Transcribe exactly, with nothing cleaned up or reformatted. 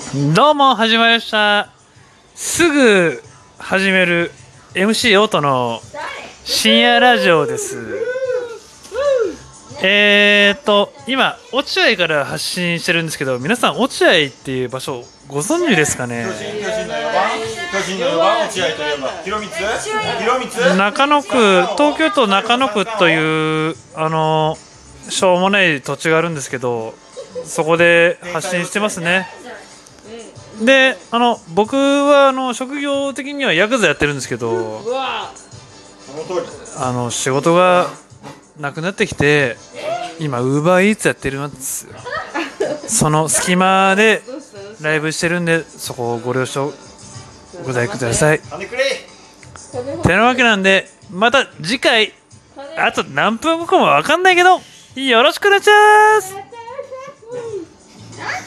どうも始まりました。すぐ始める エムシー オートの深夜ラジオです。えーっと今落合から発信してるんですけど、皆さん落合っていう場所ご存知ですかね。 巨人、巨人のよばん、巨人のよばん落合といえば広光、広光。 中野区、東京都中野区というあのしょうもない土地があるんですけど、そこで発信してますね。で、あの僕はあの職業的にはヤクザやってるんですけど、あの仕事がなくなってきて、今ウーバーイーツやってるんですよ。その隙間でライブしてるんで、そこをご了承お答えください。てなわけなんで、また次回、あと何分後かも分かんないけどよろしくお願いします。